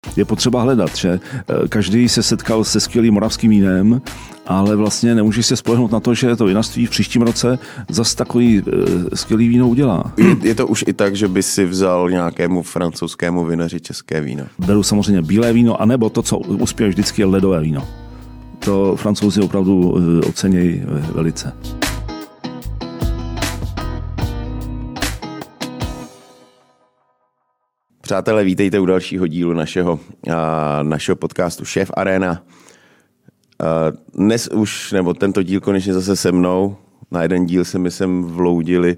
je potřeba hledat, že každý se setkal se skvělým moravským vínem, ale vlastně nemůžeš se spolehnout na to, že to vinařství v příštím roce zase takový skvělý víno udělá. Je to už i tak, že by si vzal nějakému francouzskému vinaři české víno? Beru samozřejmě bílé víno, anebo to, co uspěje vždycky, je ledové víno. To Francouzi opravdu ocenějí velice. Přátelé, vítejte u dalšího dílu našeho podcastu Šéf Arena. Dnes už, nebo tento díl konečně zase se mnou. Na jeden díl se mi sem vloudili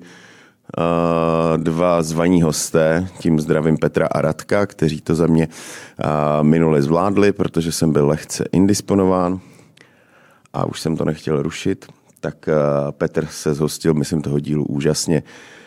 dva zvaní hosté. Tím zdravím Petra a Radka, kteří to za mě minule zvládli, protože jsem byl lehce indisponován a už jsem to nechtěl rušit. Tak Petr se zhostil, myslím, toho dílu úžasně.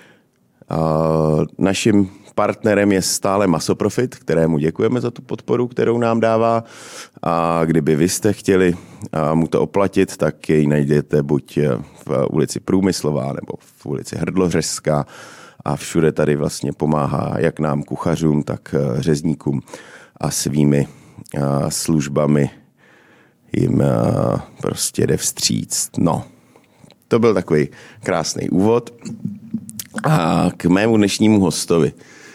Naším partnerem je stále Masoprofit, kterému děkujeme za tu podporu, kterou nám dává. A kdyby vy jste chtěli mu to oplatit, tak jej najdete buď v ulici Průmyslová nebo v ulici Hrdlořezská. A všude tady vlastně pomáhá jak nám kuchařům, tak řezníkům a svými službami jim prostě jde vstříc. No, to byl takový krásný úvod. A k mému dnešnímu hostovi.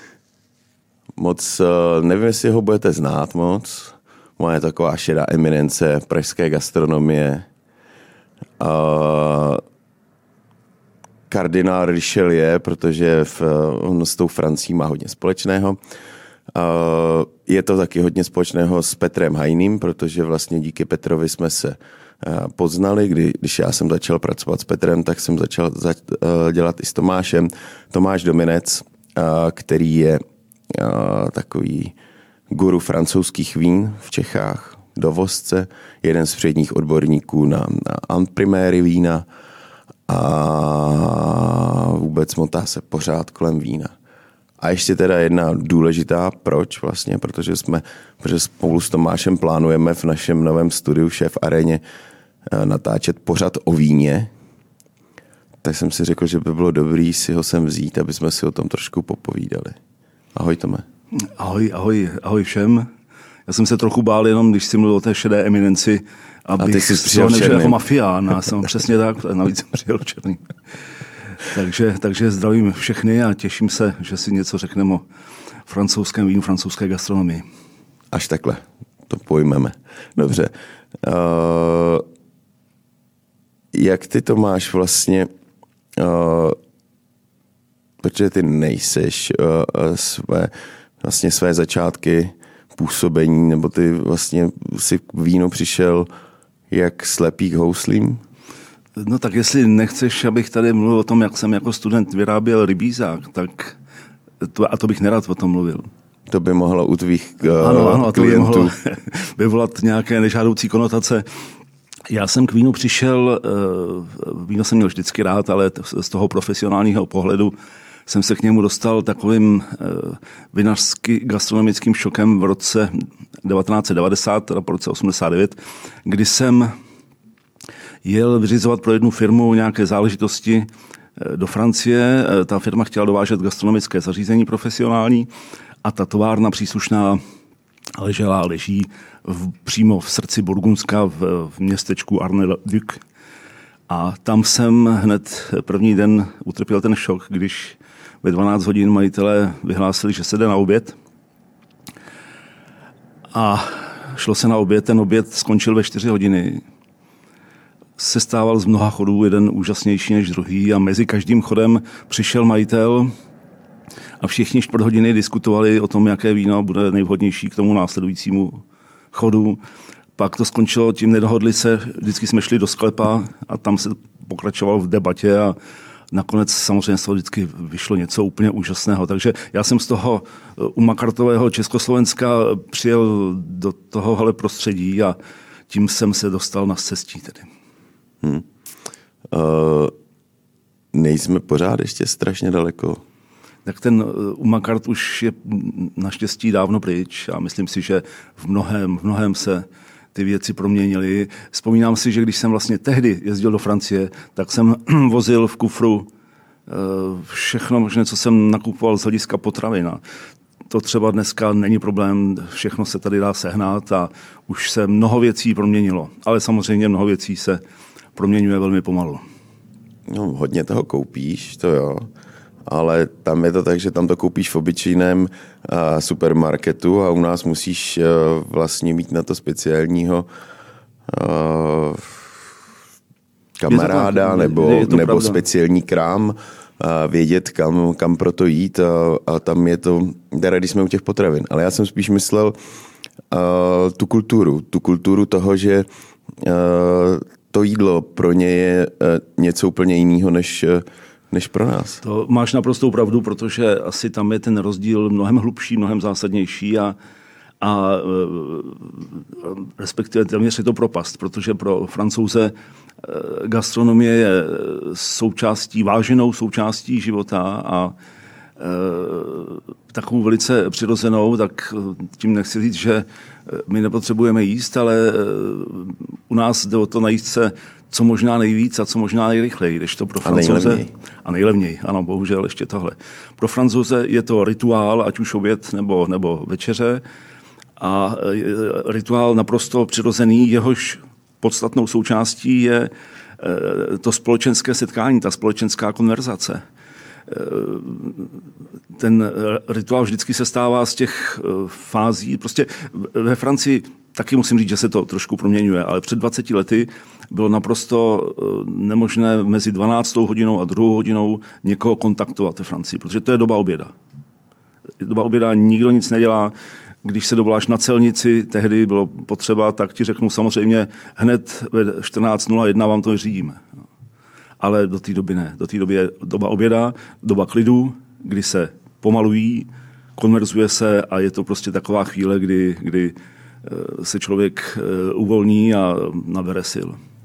Moc, nevím, jestli ho budete znát moc. Moje taková šedá eminence pražské gastronomie. Kardinál Richelieu, protože on s tou Francií má hodně společného. Je to taky hodně společného s Petrem Hajným, protože vlastně díky Petrovi jsme se poznali, když já jsem začal pracovat s Petrem, tak jsem začal dělat i s Tomášem. Tomáš Dominec, který je takový guru francouzských vín v Čechách, dovozce, jeden z předních odborníků na anpriméry vína a vůbec motá se pořád kolem vína. A ještě teda jedna důležitá, proč vlastně, protože spolu s Tomášem plánujeme v našem novém studiu Šéf Aréně natáčet pořad o víně, tak jsem si řekl, že by bylo dobrý si ho sem vzít, aby jsme si o tom trošku popovídali. Ahoj, Tome. Ahoj všem. Já jsem se trochu bál jenom, když jsi mluvil o té šedé eminenci, abych si ho nevšel jako mafián. Já jsem přesně tak, navíc jsem přijel černý. Takže zdravím všechny a těším se, že si něco řekneme o francouzském vínu, francouzské gastronomii. Až takhle, to pojmeme. Dobře. Jak ty to máš vlastně, protože ty nejseš své začátky působení, nebo ty vlastně si k vínu přišel jak slepý k houslím? No tak jestli nechceš, abych tady mluvil o tom, jak jsem jako student vyráběl rybízák, tak to bych nerad o tom mluvil. To by mohlo u tvých ano, klientů. To by mohlo vyvolat nějaké nežádoucí konotace. Já jsem k vínu přišel, víno jsem měl vždycky rád, ale z toho profesionálního pohledu jsem se k němu dostal takovým vinařsky-gastronomickým šokem v roce 1990, teda po roce 89, kdy jsem jel vyřizovat pro jednu firmu nějaké záležitosti do Francie. Ta firma chtěla dovážet gastronomické zařízení profesionální a ta továrna příslušná leží přímo v srdci Burgundska v městečku Arne-le-Duc. A tam jsem hned první den utrpěl ten šok, když ve 12 hodin majitelé vyhlásili, že se jde na oběd. A šlo se na oběd, ten oběd skončil ve 4 hodiny. Sestával z mnoha chodů, jeden úžasnější než druhý a mezi každým chodem přišel majitel a všichni 4 hodiny diskutovali o tom, jaké víno bude nejvhodnější k tomu následujícímu chodu. Pak to skončilo tím, nedohodli se, vždycky jsme šli do sklepa a tam se pokračovalo v debatě a nakonec samozřejmě z toho vždycky vyšlo něco úplně úžasného. Takže já jsem z toho umakartového Československa přijel do tohohle prostředí a tím jsem se dostal na cestí tedy. Nejsme pořád ještě strašně daleko. Tak ten umakart už je naštěstí dávno pryč a myslím si, že v mnohem se ty věci proměnily. Vzpomínám si, že když jsem vlastně tehdy jezdil do Francie, tak jsem vozil v kufru všechno možné, co jsem nakupoval z hlediska potravin. To třeba dneska není problém, všechno se tady dá sehnat a už se mnoho věcí proměnilo. Ale samozřejmě mnoho věcí se proměňuje velmi pomalu. No, hodně toho koupíš, to jo. Ale tam je to tak, že tam to koupíš v obyčejném supermarketu a u nás musíš vlastně mít na to speciálního kamaráda nebo speciální krám, vědět, kam pro to jít a tam je to, teda když jsme u těch potravin. Ale já jsem spíš myslel tu kulturu toho, že to jídlo pro ně je něco úplně jiného než pro nás. To máš naprostou pravdu, protože asi tam je ten rozdíl mnohem hlubší, mnohem zásadnější a respektive téměř je to propast, protože pro Francouze gastronomie je váženou součástí života a takovou velice přirozenou, tak tím nechci říct, že my nepotřebujeme jíst, ale u nás jde o to najít se co možná nejvíc a co možná nejrychleji, když to pro Francouze... A nejlevněji, ano, bohužel ještě tohle. Pro Francouze je to rituál, ať už oběd nebo večeře, a rituál naprosto přirozený, jehož podstatnou součástí je to společenské setkání, ta společenská konverzace. Ten rituál vždycky se stává z těch fází. Prostě ve Francii taky musím říct, že se to trošku proměňuje, ale před 20 lety bylo naprosto nemožné mezi 12. hodinou a 2. hodinou někoho kontaktovat ve Francii, protože to je doba oběda. Doba oběda, nikdo nic nedělá. Když se dovoláš na celnici, tehdy bylo potřeba, tak ti řeknu samozřejmě hned ve 14:01 vám to řídíme. Ale do té doby ne. Do té doby je doba oběda, doba klidu, kdy se pomalují, konverzuje se a je to prostě taková chvíle, kdy se člověk uvolní a nabere sil.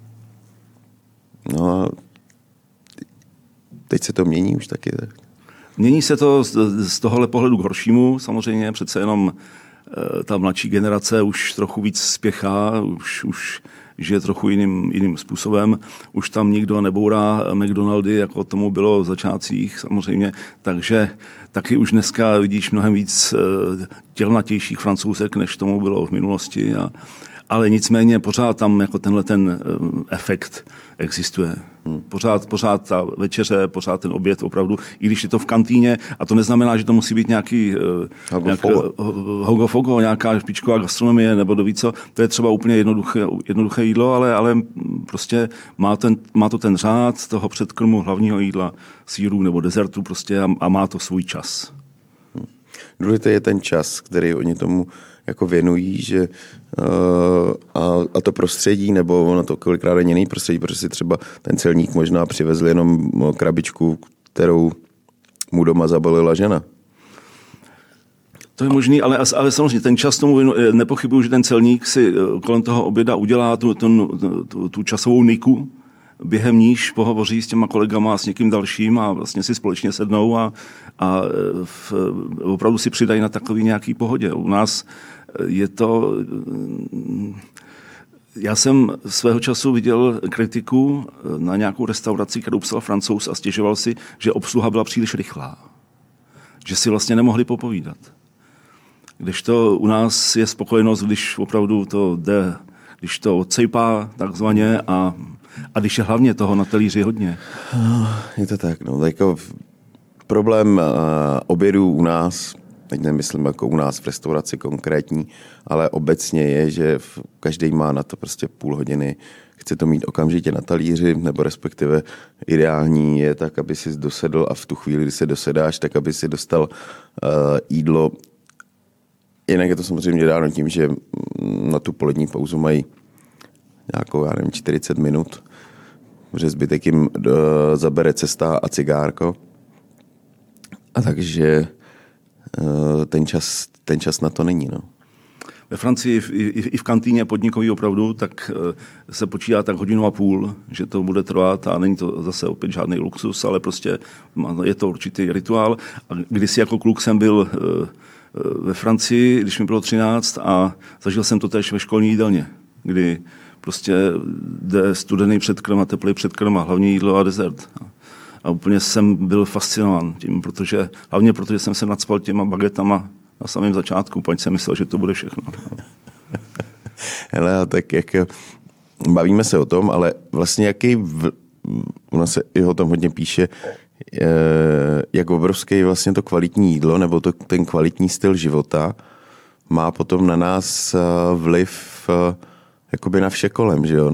No a teď se to mění už taky, tak? Mění se to z tohohle pohledu k horšímu, samozřejmě přece jenom ta mladší generace už trochu víc spěchá, už žije trochu jiným způsobem. Už tam nikdo nebourá McDonaldy, jako tomu bylo v začátcích samozřejmě, takže taky už dneska vidíš mnohem víc tělnatějších Francouzek, než tomu bylo v minulosti. Ale nicméně pořád tam jako tenhle ten efekt existuje. Pořád ta večeře, pořád ten oběd opravdu, i když je to v kantýně, a to neznamená, že to musí být nějaký hogofogo, nějaká špičková gastronomie, nebo doví co, to je třeba úplně jednoduché jídlo, ale prostě má to ten řád toho předkrmu, hlavního jídla, sýrů nebo dezertu prostě a má to svůj čas. Důležitý je ten čas, který oni tomu jako věnují, že a to prostředí, nebo ono to kolikrát není jiný prostředí, protože si třeba ten celník možná přivezl jenom krabičku, kterou mu doma zabalila žena. To je možný, ale samozřejmě ten čas tomu nepochybuju, že ten celník si kolem toho oběda udělá tu časovou niku, během níž pohovoří s těma kolegama a s někým dalším a vlastně si společně sednou a opravdu si přidají na takový nějaký pohodě. U nás je to... Já jsem svého času viděl kritiku na nějakou restauraci, kterou psal Francouz a stěžoval si, že obsluha byla příliš rychlá. Že si vlastně nemohli popovídat. Kdežto u nás je spokojenost, když opravdu to jde, když to odsejpá takzvaně a když je hlavně toho na talíři hodně. Je to tak, no. Jako problém obědů u nás, teď nemyslím jako u nás v restauraci konkrétní, ale obecně je, že každý má na to prostě půl hodiny, chce to mít okamžitě na talíři, nebo respektive ideální je tak, aby si dosedl a v tu chvíli, kdy se dosedáš, tak aby si dostal jídlo. Jinak je to samozřejmě dáno tím, že na tu polední pauzu mají nějakou, 40 minut, protože zbytek jim zabere cesta a cigárko. A takže ten čas na to není. No. Ve Francii i v kantýně podnikový opravdu, tak se počítá tak 1,5 hodiny, že to bude trvat a není to zase opět žádný luxus, ale prostě je to určitý rituál. A kdysi jako kluk jsem byl ve Francii, když mi bylo 13 a zažil jsem to též ve školní jídelně, kdy prostě jde studený předkrm a teplý předkrm a hlavní jídlo a dezert. A úplně jsem byl fascinován tím, hlavně protože jsem se nacpal těma bagetama Na samém začátku, pač jsem myslel, že to bude všechno. Hele, tak jak bavíme se o tom, ale vlastně u nás se i o tom hodně píše, jak obrovský vlastně to kvalitní jídlo nebo ten kvalitní styl života má potom na nás vliv jakoby na vše kolem, že jo?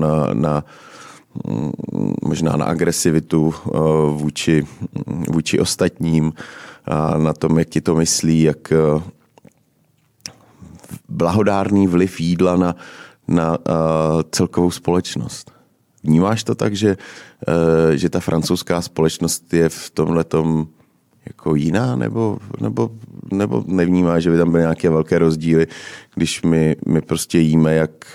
Možná na agresivitu vůči ostatním, a na tom, jak ti to myslí, jak blahodárný vliv jídla na celkovou společnost. Vnímáš to tak, že ta francouzská společnost je v tomhletom jako jiná, nebo nevnímáš, že by tam byly nějaké velké rozdíly, když my prostě jíme jak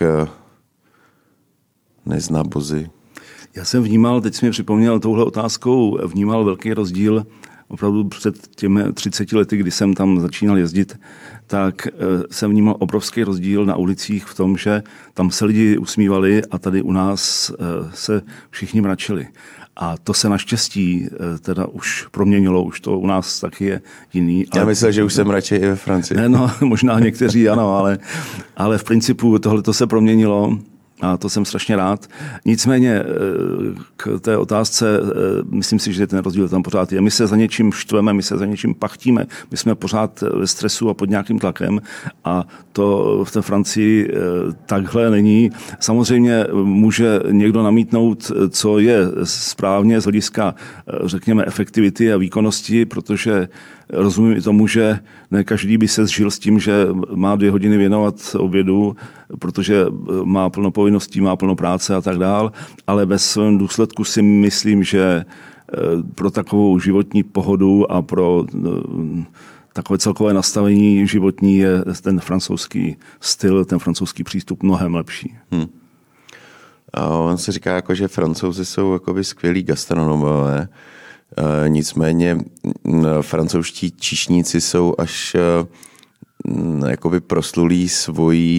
neznabozy? Já jsem vnímal, teď jsi mi připomněl touhle otázkou, vnímal velký rozdíl opravdu před těmi 30 lety, kdy jsem tam začínal jezdit, tak jsem vnímal obrovský rozdíl na ulicích v tom, že tam se lidi usmívali a tady u nás se všichni mračili. A to se naštěstí teda už proměnilo, už to u nás taky je jiný. Já myslel, že už jsem radši i ve Francii. Ne, no, možná někteří ano, ale v principu tohle to se proměnilo. A to jsem strašně rád. Nicméně k té otázce, myslím si, že ten rozdíl tam pořád je. My se za něčím štveme, my se za něčím pachtíme, my jsme pořád ve stresu a pod nějakým tlakem a to v té Francii takhle není. Samozřejmě může někdo namítnout, co je správně z hlediska, řekněme, efektivity a výkonnosti, protože rozumím i tomu, že ne každý by se zžil s tím, že má 2 hodiny věnovat obědu, protože má plno povinností, má plno práce a tak dál, ale ve svém důsledku si myslím, že pro takovou životní pohodu a pro takové celkové nastavení životní je ten francouzský styl, ten francouzský přístup mnohem lepší. A on se říká, jako, že Francouzi jsou jakoby skvělí gastronomové. Nicméně francouzští číšníci jsou až jakoby proslulí svojí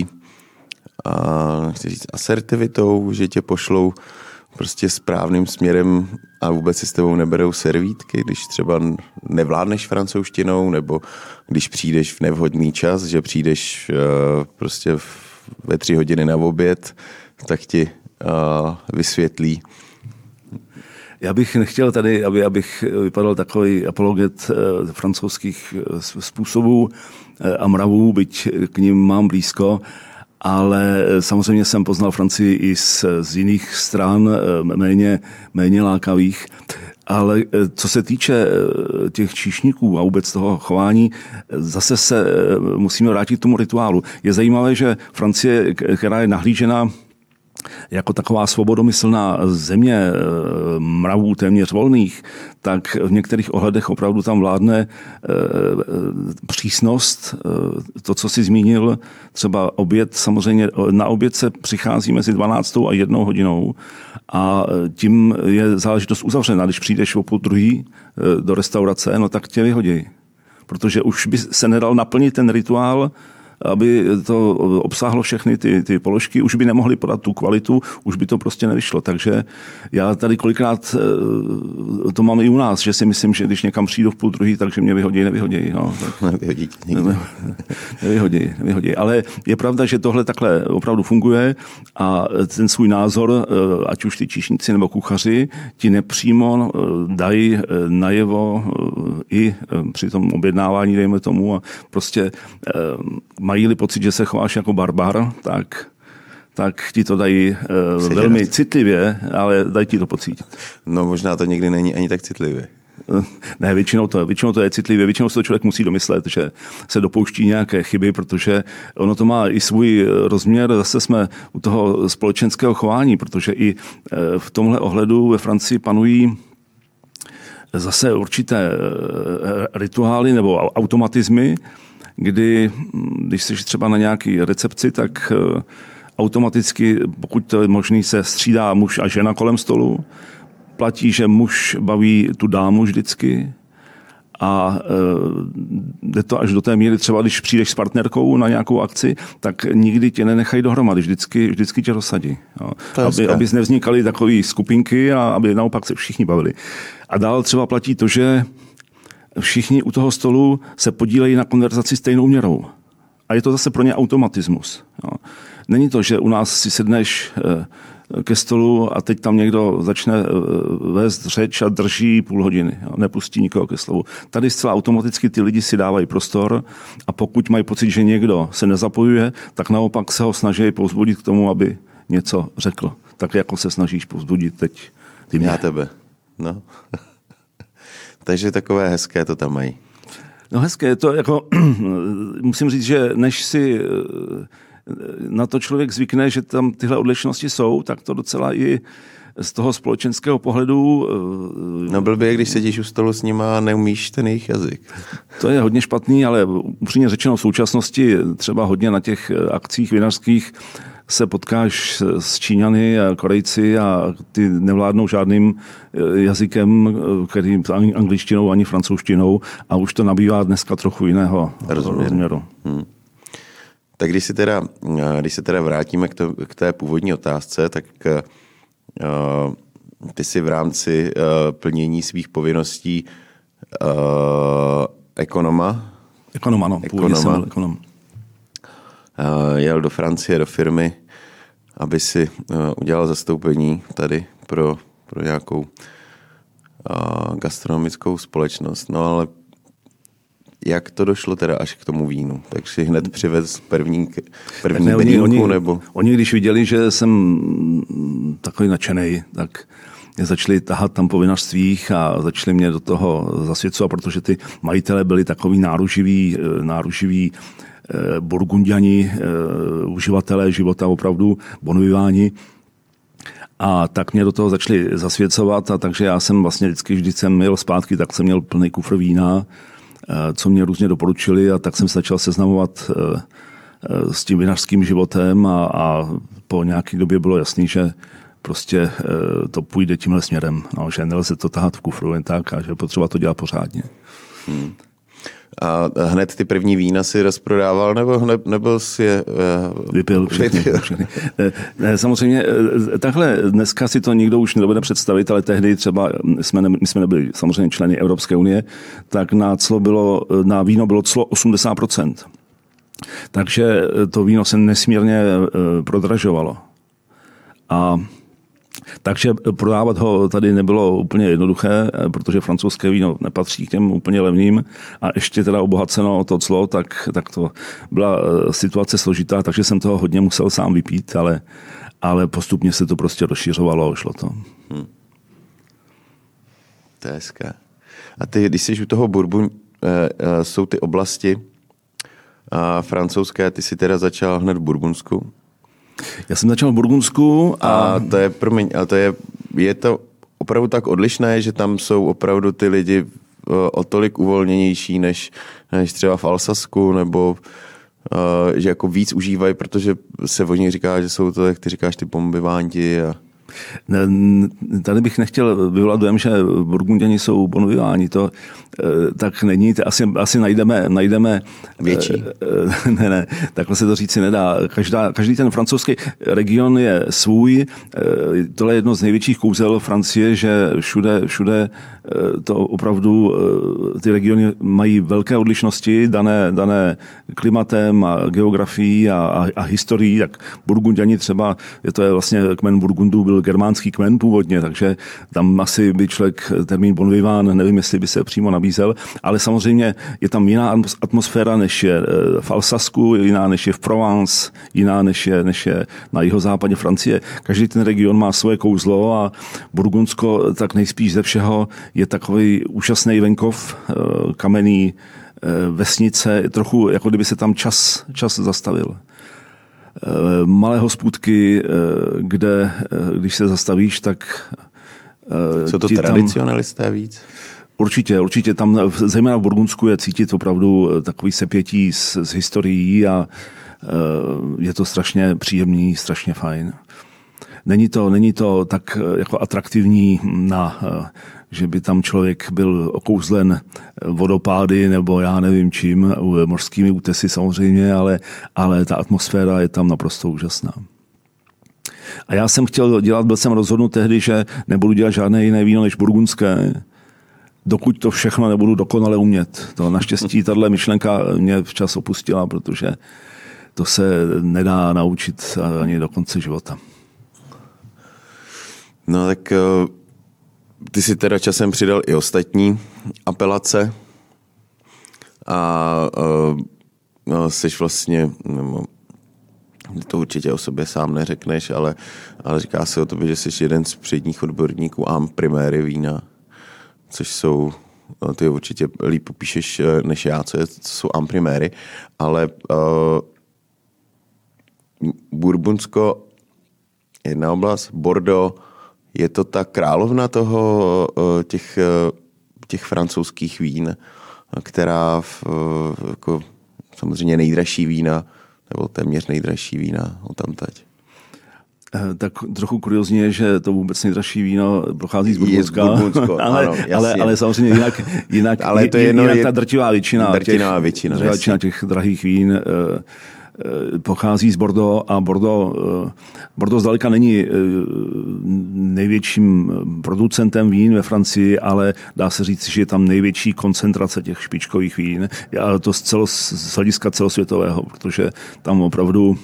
asertivitou, že tě pošlou prostě správným směrem a vůbec si s tebou neberou servítky, když třeba nevládneš francouzštinou, nebo když přijdeš v nevhodný čas, že přijdeš prostě ve 3 hodiny na oběd, tak ti vysvětlí. Já bych nechtěl tady, abych vypadal takový apologet francouzských způsobů a mravů, byť k nim mám blízko, ale samozřejmě jsem poznal Francii i z jiných stran, méně lákavých. Ale co se týče těch číšníků a vůbec toho chování, zase se musíme vrátit k tomu rituálu. Je zajímavé, že Francie, která je nahlížena jako taková svobodomyslná země mravů téměř volných, tak v některých ohledech opravdu tam vládne přísnost. To, co jsi zmínil, třeba oběd, samozřejmě na oběd se přichází mezi 12. a 1 hodinou a tím je záležitost uzavřena. Když přijdeš o 12:30 do restaurace, no tak tě vyhodí. Protože už by se nedal naplnit ten rituál, aby to obsáhlo všechny ty položky, už by nemohli podat tu kvalitu, už by to prostě nevyšlo. Takže já tady kolikrát to mám i u nás, že si myslím, že když někam přijdu v 12:30, takže mě nevyhodí. No, nevyhodí. Ale je pravda, že tohle takhle opravdu funguje a ten svůj názor, ať už ty číšníci nebo kuchaři, ti nepřímo dají najevo i při tom objednávání, dejme tomu, a prostě mají-li pocit, že se chováš jako barbar, tak ti to dají velmi citlivě, ale dají ti to pocítit. No možná to někdy není ani tak citlivě. Ne, většinou to je citlivě, většinou se to člověk musí domyslet, že se dopouští nějaké chyby, protože ono to má i svůj rozměr, zase jsme u toho společenského chování, protože i v tomhle ohledu ve Francii panují zase určité rituály nebo automatizmy, když jsi třeba na nějaký recepci, tak automaticky, pokud to je možný, se střídá muž a žena kolem stolu. Platí, že muž baví tu dámu vždycky a jde to až do té míry, třeba když přijdeš s partnerkou na nějakou akci, tak nikdy tě nenechají dohromady, vždycky tě rozsadí. Jo. Aby nevznikaly takové skupinky a aby naopak se všichni bavili. A dál třeba platí to, že všichni u toho stolu se podílejí na konverzaci stejnou měrou. A je to zase pro ně automatismus. Jo. Není to, že u nás si sedneš ke stolu a teď tam někdo začne vést řeč a drží půl hodiny. Jo. Nepustí nikoho ke slovu. Tady zcela automaticky ty lidi si dávají prostor a pokud mají pocit, že někdo se nezapojuje, tak naopak se ho snaží povzbudit k tomu, aby něco řekl. Tak jako se snažíš povzbudit teď ty mě. Já tebe. No. Takže takové hezké to tam mají. No hezké, to jako, musím říct, že než si na to člověk zvykne, že tam tyhle odlišnosti jsou, tak to docela i z toho společenského pohledu... No blbě, když sedíš u stolu s nima a neumíš ten jejich jazyk. To je hodně špatný, ale upřímně řečeno v současnosti třeba hodně na těch akcích vinařských se potkáš s Číňany a Korejci a ty nevládnou žádným jazykem, který angličtinou ani francouzštinou a už to nabývá dneska trochu jiného rozměru. Tak když se teda vrátíme k té původní otázce, tak ty si v rámci plnění svých povinností ekonoma, původně jsem byl ekonom. Jel do Francie, do firmy, aby si udělal zastoupení tady pro nějakou gastronomickou společnost. No ale jak to došlo teda až k tomu vínu? Tak si hned přivez první bedínku, nebo? Oni, když viděli, že jsem takový nadšenej, tak mě začali tahat tam po vinařstvích a začali mě do toho zasvěcovat, protože ty majitele byli takový náruživí Burgundiani, uživatelé života opravdu bonviváni. A tak mě do toho začali zasvěcovat a takže já jsem vlastně vždy jsem jel zpátky, tak jsem měl plný kufr vína, co mě různě doporučili a tak jsem se začal seznamovat s tím vinařským životem a po nějaké době bylo jasný, že prostě to půjde tímhle směrem, no, že nelze to tahat v kufru jen tak a že potřeba to dělat pořádně. A hned ty první vína si rozprodával, nebo si je... Vypil všechny. Ne, samozřejmě, takhle dneska si to nikdo už nedovede představit, ale tehdy třeba my jsme nebyli samozřejmě členy Evropské unie, tak na víno bylo clo 80%. Takže to víno se nesmírně prodražovalo. Takže prodávat ho tady nebylo úplně jednoduché, protože francouzské víno nepatří k těm úplně levným a ještě teda obohaceno to clo, tak to byla situace složitá, takže jsem toho hodně musel sám vypít, ale postupně se to prostě rozšiřovalo a šlo to. To je hezké. A ty, když jsi u toho Bourbon, jsou ty oblasti francouzské, ty jsi teda začal hned v Burgundsku? Já jsem začal v Burgundsku a je to opravdu tak odlišné, že tam jsou opravdu ty lidi o tolik uvolněnější než třeba v Alsasku, nebo že jako víc užívají, protože se o nich říká, že jsou to, jak ty říkáš, ty bombivanti a... Tady bych nechtěl vyvolat dojem, že Burgundiani jsou bonviváni, to tak není, to asi najdeme větší. Ne, takhle se to říci nedá. Každý ten francouzský region je svůj, tohle je jedno z největších kouzel Francie, že všude to opravdu ty regiony mají velké odlišnosti, dané klimatem a geografií a historií, tak Burgundiani třeba, to je vlastně kmen Burgundů, byl germánský kmen původně, takže tam asi by člověk termín bon vivant, nevím, jestli by se přímo nabízel, ale samozřejmě je tam jiná atmosféra, než je v Alsasku, jiná než je v Provence, jiná než je na jihozápadě Francie. Každý ten region má svoje kouzlo a Burgundsko tak nejspíš ze všeho je takový úžasný venkov, kamenný, vesnice, trochu jako kdyby se tam čas zastavil. Malé hospůdky, kde, když se zastavíš, tak... Jsou to tradicionalisté víc? Určitě. Tam, zejména v Burgundsku, je cítit opravdu takový sepětí s historií a je to strašně příjemný, strašně fajn. Není to tak jako atraktivní že by tam člověk byl okouzlen vodopády nebo já nevím čím, mořskými útesy samozřejmě, ale ta atmosféra je tam naprosto úžasná. A já jsem byl jsem rozhodnut tehdy, že nebudu dělat žádné jiné víno než burgundské. dokud to všechno nebudu dokonale umět. To naštěstí tahle myšlenka mě včas opustila, protože to se nedá naučit ani do konce života. No tak ty si teda časem přidal i ostatní apelace a jsi vlastně, to určitě o sobě sám neřekneš, ale říká se o tobě, že jsi jeden z předních odborníků am priméry vína, což jsou, ty určitě líp popíšeš než já, co jsou am priméry, ale Bourbonsko, jedna oblast, Bordeaux, je to ta královna toho, těch francouzských vín, která jako samozřejmě nejdražší vína, nebo téměř nejdražší vína odtamtať. Tak trochu kuriozně je, že to vůbec nejdražší víno pochází z Bourbonska, ale samozřejmě jinak, ale to jinak ta drtivá většina těch drahých vín pochází z Bordeaux a Bordeaux zdaleka není největším producentem vín ve Francii, ale dá se říct, že je tam největší koncentrace těch špičkových vín. A to z hlediska celosvětového, protože tam opravdu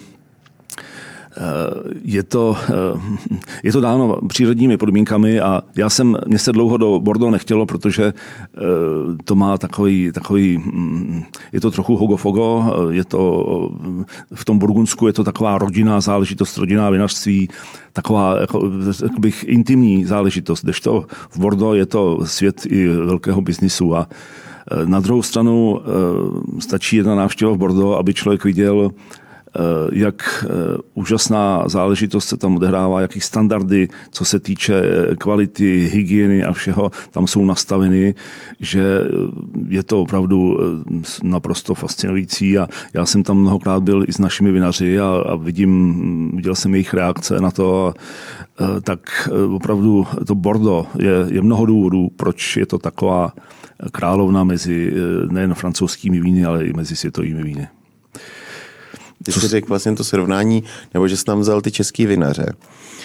je to dáno přírodními podmínkami a mě se dlouho do Bordeaux nechtělo, protože to má takový je to trochu hogofogo, je to v tom Burgundsku je to taková rodinná záležitost, rodinná vinařství, taková bych intimní záležitost, kdežto v Bordeaux je to svět i velkého biznisu a na druhou stranu stačí jedna návštěva v Bordeaux, aby člověk viděl, jak úžasná záležitost se tam odehrává, jaký standardy, co se týče kvality, hygieny a všeho, tam jsou nastaveny, že je to opravdu naprosto fascinující a já jsem tam mnohokrát byl i s našimi vinaři a viděl jsem jejich reakce na to, tak opravdu to Bordeaux je mnoho důvodů, proč je to taková královna mezi nejen francouzskými víny, ale i mezi světovými víny. Ty jsi řekl vlastně to srovnání, nebo že jsi tam vzal ty český vinaře.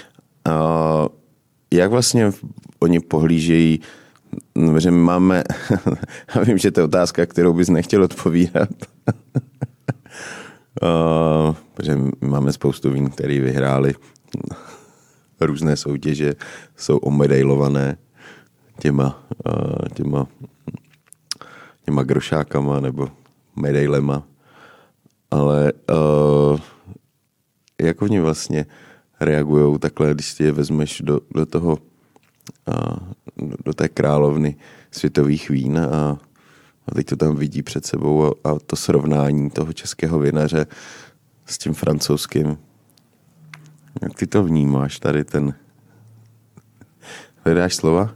Jak vlastně oni pohlížejí, že máme, já vím, že to je otázka, kterou bys nechtěl odpovídat, protože máme spoustu vín, které vyhráli různé soutěže, jsou omedailované těma grošákama nebo medailema. Ale jak oni vlastně reagují takhle, když si je vezmeš do toho, do té královny světových vín a teď to tam vidí před sebou a to srovnání toho českého vinaře s tím francouzským. Jak ty to vnímáš, tady ten... Hledáš slova?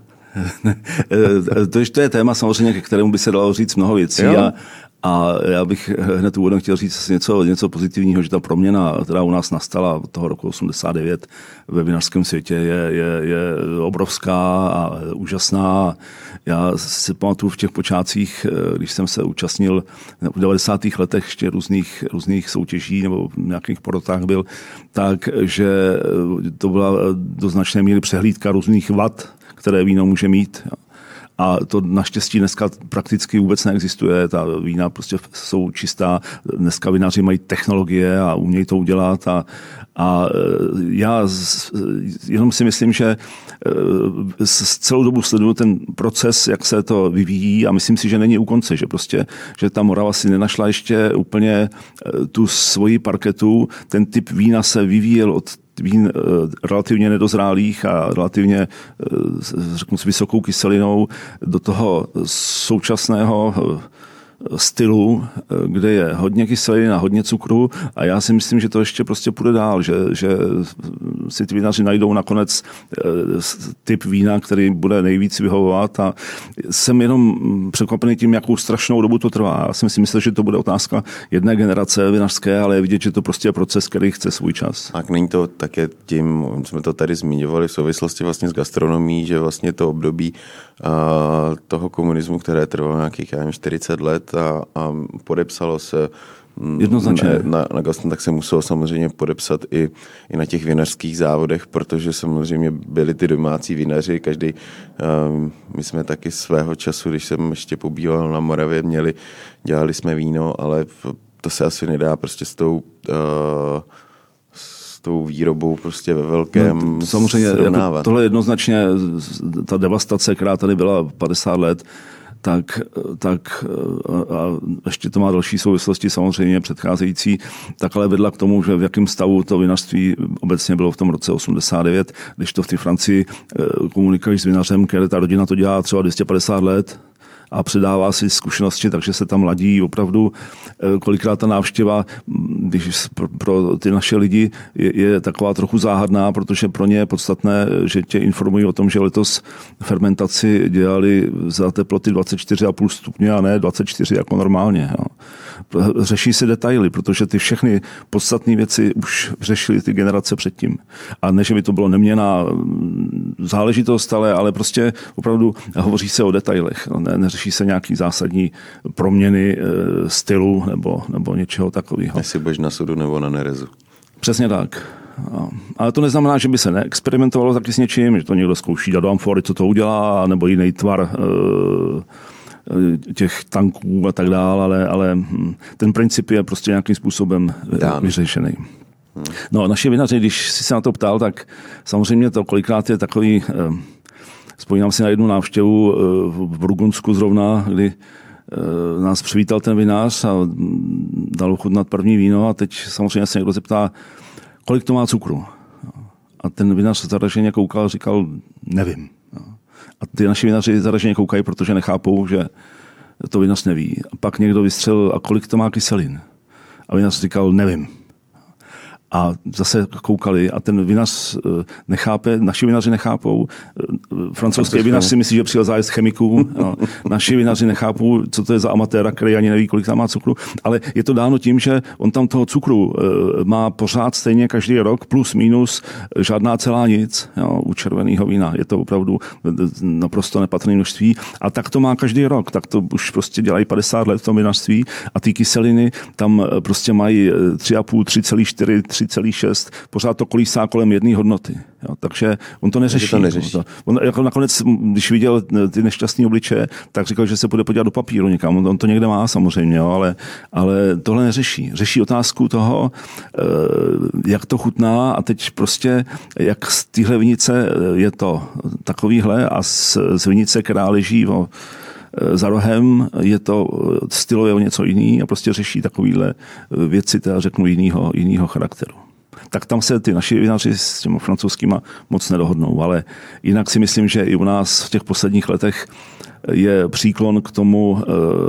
To je téma samozřejmě, ke kterému by se dalo říct mnoho věcí a já bych hned úvodem chtěl říct něco pozitivního, že ta proměna, která u nás nastala od toho roku 89 ve vinařském světě, je obrovská a úžasná. Já si pamatuju v těch počátcích, když jsem se účastnil v 90. letech ještě různých soutěží nebo v nějakých porotách byl, takže to byla do značné míry přehlídka různých vad, které víno může mít. A to naštěstí dneska prakticky vůbec neexistuje. Ta vína prostě jsou čistá. Dneska vinaři mají technologie a umějí to udělat. A já jenom si myslím, že celou dobu sleduju ten proces, jak se to vyvíjí a myslím si, že není u konce, že ta Morava si nenašla ještě úplně tu svoji parketu. Ten typ vína se vyvíjel od vín relativně nedozrálých a relativně, řeknu s vysokou kyselinou do toho současného stylu, kde je hodně kyseliny a hodně cukru a já si myslím, že to ještě prostě půjde dál, že si ty vinaři najdou nakonec typ vína, který bude nejvíc vyhovovat a jsem jenom překvapený tím, jakou strašnou dobu to trvá. Já jsem si myslel, že to bude otázka jedné generace vinařské, ale je vidět, že to prostě je proces, který chce svůj čas. Tak není to také tím, jsme to tady zmiňovali v souvislosti vlastně s gastronomií, že vlastně to období toho komunismu, které trvalo nějakých 40 let a podepsalo se Jednoznačně. Na Gaston, tak se muselo samozřejmě podepsat i na těch vinařských závodech, protože samozřejmě byli ty domácí vinaři, každý, my jsme taky svého času, když jsem ještě pobýval na Moravě, dělali jsme víno, ale to se asi nedá prostě s tou výrobou prostě ve velkém samozřejmě srovnávat. Jako tohle jednoznačně, ta devastace, která tady byla 50 let, tak a ještě to má další souvislosti samozřejmě předcházející, tak ale vedla k tomu, že v jakém stavu to vinařství obecně bylo v tom roce 89, když to v té Francii komunikuješ s vinařem, kde ta rodina to dělá třeba 250 let, a předává si zkušenosti, takže se tam ladí opravdu. Kolikrát ta návštěva, když pro ty naše lidi je taková trochu záhadná, protože pro ně je podstatné, že tě informují o tom, že letos fermentaci dělali za teploty 24,5 stupně a ne 24 jako normálně. Jo. Řeší se detaily, protože ty všechny podstatné věci už řešily ty generace předtím. A ne, že by to bylo neměnná záležitost, ale prostě opravdu hovoří se o detailech. Neřeší se nějaký zásadní proměny stylu nebo něčeho takového. Jestli budeš na sudu nebo na nerezu. Přesně tak. Ale to neznamená, že by se neexperimentovalo taky s něčím, že to někdo zkouší dát do amfory, co to udělá, nebo jiný tvar těch tanků a tak dále, ale ten princip je prostě nějakým způsobem vyřešený. No, naši vinaři, když jsi se na to ptal, tak samozřejmě to kolikrát je takový, vzpomínám si na jednu návštěvu v Burgundsku zrovna, kdy nás přivítal ten vinař a dal ochutnat první víno a teď samozřejmě se někdo zeptá, kolik to má cukru. A ten vinař zaraženě koukal a říkal, nevím. A ty naši vinaři zaraženě koukají, protože nechápou, že to vinař neví. A pak někdo vystřelil, a kolik to má kyselin. A vinař říkal, nevím. A zase koukali a ten vinař nechápe, naši vinaři nechápou, francouzský vinař si myslí, že přijel zájezd chemiků, naši vinaři nechápou, co to je za amatéra, který ani neví, kolik tam má cukru, ale je to dáno tím, že on tam toho cukru má pořád stejně každý rok, plus minus, žádná celá nic, jo, u červeného vína. Je to opravdu naprosto nepatrné množství a tak to má každý rok, tak to už prostě dělají 50 let v tom vinařství a ty kyseliny tam prostě mají 3,5, 3,4, 3,6, pořád to kolísá kolem jedné hodnoty. Jo, takže on to neřeší. On jako nakonec, když viděl ty nešťastné obličeje, tak říkal, že se bude podívat do papíru někam. On to někde má samozřejmě, jo, ale tohle neřeší. Řeší otázku toho, jak to chutná a teď prostě, jak z téhle vinice je to takovýhle a z vinice, která leží za rohem, je to stylově o něco jiný a prostě řeší takovýhle věci, teda řeknu jinýho charakteru. Tak tam se ty naši vinaři s těmi francouzskýma moc nedohodnou, ale jinak si myslím, že i u nás v těch posledních letech je příklon k tomu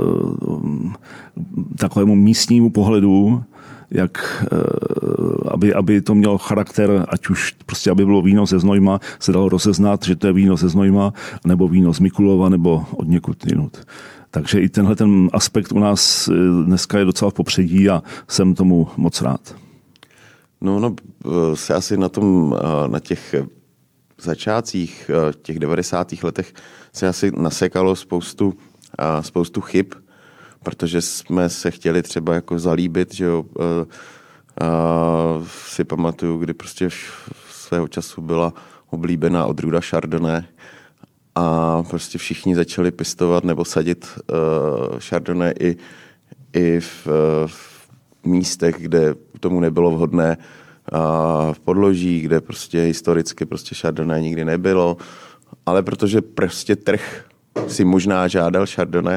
takovému místnímu pohledu, jak aby to mělo charakter, ať už prostě, aby bylo víno ze Znojma, se dalo rozeznat, že to je víno ze Znojma, nebo víno z Mikulova, nebo od někud jinut. Takže i tenhle ten aspekt u nás dneska je docela v popředí a jsem tomu moc rád. No, se asi na těch začátcích, těch 90. letech se asi nasekalo spoustu chyb, protože jsme se chtěli třeba jako zalíbit, že jo, si pamatuju, kdy prostě svého času byla oblíbená odrůda Chardonnay a prostě všichni začali pěstovat nebo sadit Chardonnay i v místech, kde tomu nebylo vhodné, v podloží, kde prostě historicky prostě Chardonnay nikdy nebylo, ale protože prostě trh si možná žádal Chardonnay,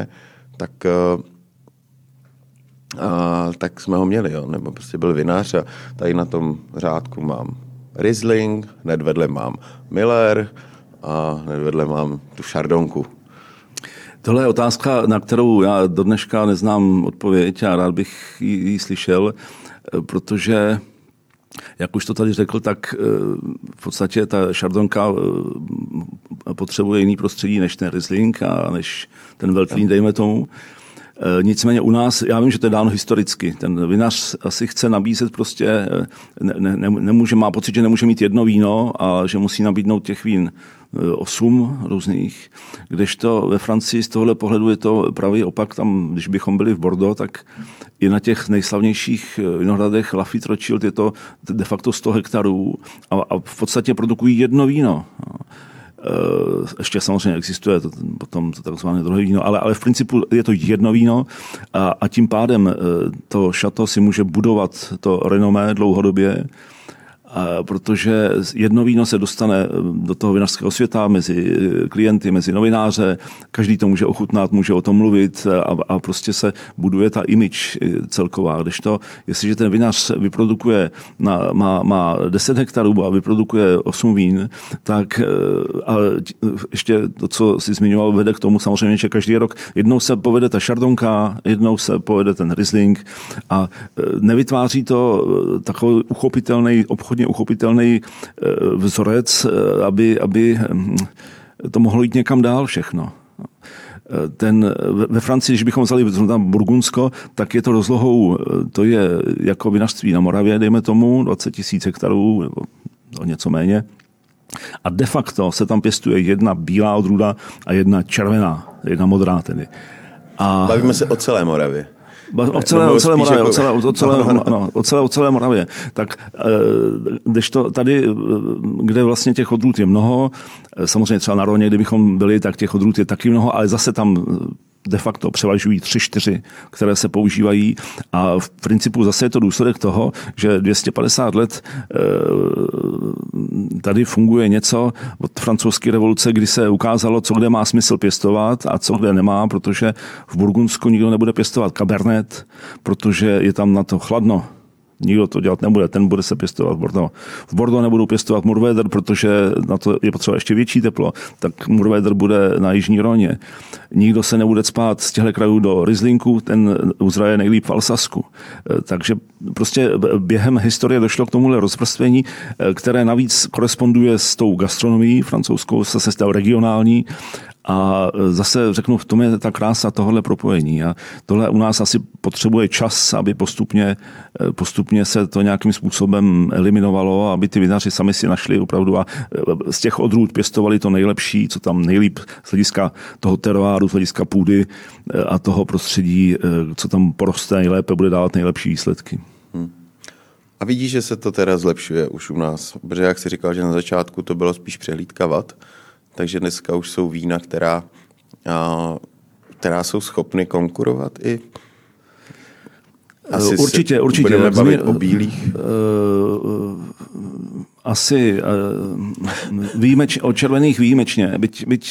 tak jsme ho měli, jo. Nebo prostě byl vinař a tady na tom řádku mám Riesling, hned vedle mám Miller a hned vedle mám tu Chardonku. Tohle je otázka, na kterou já do dneška neznám odpověď a rád bych ji slyšel, protože, jak už to tady řekl, tak v podstatě ta Chardonka potřebuje jiný prostředí než ten Riesling a než ten Veltlín, dejme tomu. Nicméně u nás, já vím, že to je dáno historicky, ten vinař asi chce nabízet prostě, nemůže, má pocit, že nemůže mít jedno víno a že musí nabídnout těch vín 8 různých, kdežto ve Francii z tohohle pohledu je to pravý opak. Tam, když bychom byli v Bordeaux, tak i na těch nejslavnějších vinohradech Lafite Rothschild je to de facto 100 hektarů a v podstatě produkují jedno víno. Ještě samozřejmě existuje potom to takzvané druhé víno, ale v principu je to jedno víno a tím pádem to šato si může budovat to renomé dlouhodobě, protože jedno víno se dostane do toho vinařského světa mezi klienty, mezi novináře, každý to může ochutnat, může o tom mluvit a prostě se buduje ta image celková. Kdežto, jestliže ten vinař vyprodukuje, má 10 hektarů a vyprodukuje 8 vín, tak a ještě to, co jsi zmiňoval, vede k tomu samozřejmě, že každý rok jednou se povede ta šardonka, jednou se povede ten Riesling a nevytváří to takový obchodně uchopitelný vzorec, aby to mohlo jít někam dál všechno. Ve Francii, když bychom vzali tam Burgundsko, tak je to rozlohou, to je jako vinařství na Moravě, dejme tomu, 20 000 hektarů, nebo něco méně. A de facto se tam pěstuje jedna bílá odrůda a jedna červená, jedna modrá tedy. Bavíme se o celé Moravě. O celé Moravě. Tak kdežto tady, kde vlastně těch odrůd je mnoho, samozřejmě třeba na Roně, kdybychom byli, tak těch odrůd je taky mnoho, ale zase tam de facto převažují 3-4, které se používají a v principu zase je to důsledek toho, že 250 let tady funguje něco od francouzské revoluce, kdy se ukázalo, co kde má smysl pěstovat a co kde nemá, protože v Burgundsku nikdo nebude pěstovat Cabernet, protože je tam na to chladno. Nikdo to dělat nebude, ten bude se pěstovat v Bordeaux. V Bordeaux nebudou pěstovat Mourvèdre, protože na to je potřeba ještě větší teplo, tak Mourvèdre bude na jižní Roně. Nikdo se nebude cpát z těchto krajů do Rieslinku, ten uzraje nejlíp v Alsasku. Takže prostě během historie došlo k tomuhle rozvrstvení, které navíc koresponduje s tou gastronomií francouzskou, se stalo regionální. A zase řeknu, v tom je ta krása tohohle propojení. A tohle u nás asi potřebuje čas, aby postupně se to nějakým způsobem eliminovalo, aby ty vinaři sami si našli opravdu a z těch odrůd pěstovali to nejlepší, co tam nejlíp z hlediska toho teroáru, z hlediska půdy a toho prostředí, co tam poroste nejlépe, bude dávat nejlepší výsledky. A vidíš, že se to teda zlepšuje už u nás, protože jak jsi říkal, že na začátku to bylo spíš přehlídka vad, takže dneska už jsou vína, která jsou schopny konkurovat i asi určitě. Budeme bavit o bílých. Asi o červených výjimečně. Byť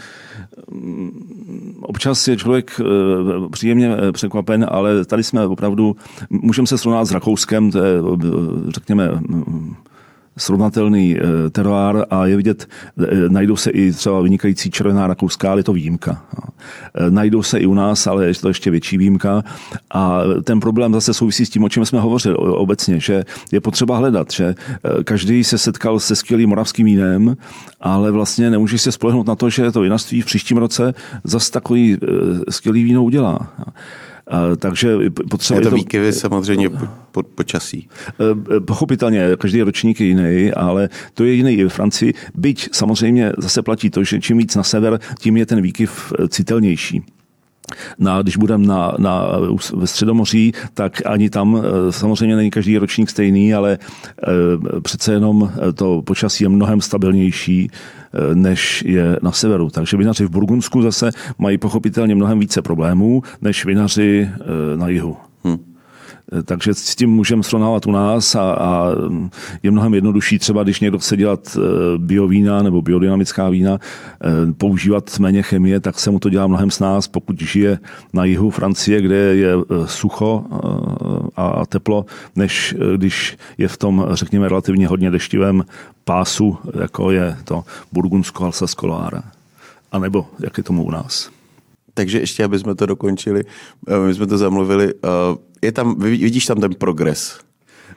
občas je člověk příjemně překvapen, ale tady jsme opravdu, můžeme se srovnat s Rakouskem, to je, řekněme, srovnatelný teroár a je vidět, najdou se i třeba vynikající červená rakouská, ale je to výjimka. Najdou se i u nás, ale je to ještě větší výjimka. A ten problém zase souvisí s tím, o čem jsme hovořili obecně, že je potřeba hledat, že každý se setkal se skvělým moravským vínem, ale vlastně nemůžeš se spolehnout na to, že to vinařství v příštím roce zase takový skvělý víno udělá. Takže je to výkyvy samozřejmě počasí. Pochopitelně, každý ročník je jiný, ale to je jiný i ve Francii. Byť samozřejmě zase platí to, že čím víc na sever, tím je ten výkyv citelnější. Když budeme ve Středomoří, tak ani tam samozřejmě není každý ročník stejný, ale přece jenom to počasí je mnohem stabilnější, než je na severu. Takže vinaři v Burgundsku zase mají pochopitelně mnohem více problémů, než vinaři na jihu. Takže s tím můžeme srovnávat u nás a je mnohem jednodušší třeba, když někdo chce dělat biovína nebo biodynamická vína, používat méně chemie, tak se mu to dělá mnohem snáz, pokud žije na jihu Francie, kde je sucho a teplo, než když je v tom, řekněme, relativně hodně deštivém pásu, jako je to Burgundsko, Alsasko, Loire. A nebo jak je tomu u nás. Takže ještě, aby jsme to dokončili, my jsme to zamluvili, vidíš tam ten progres?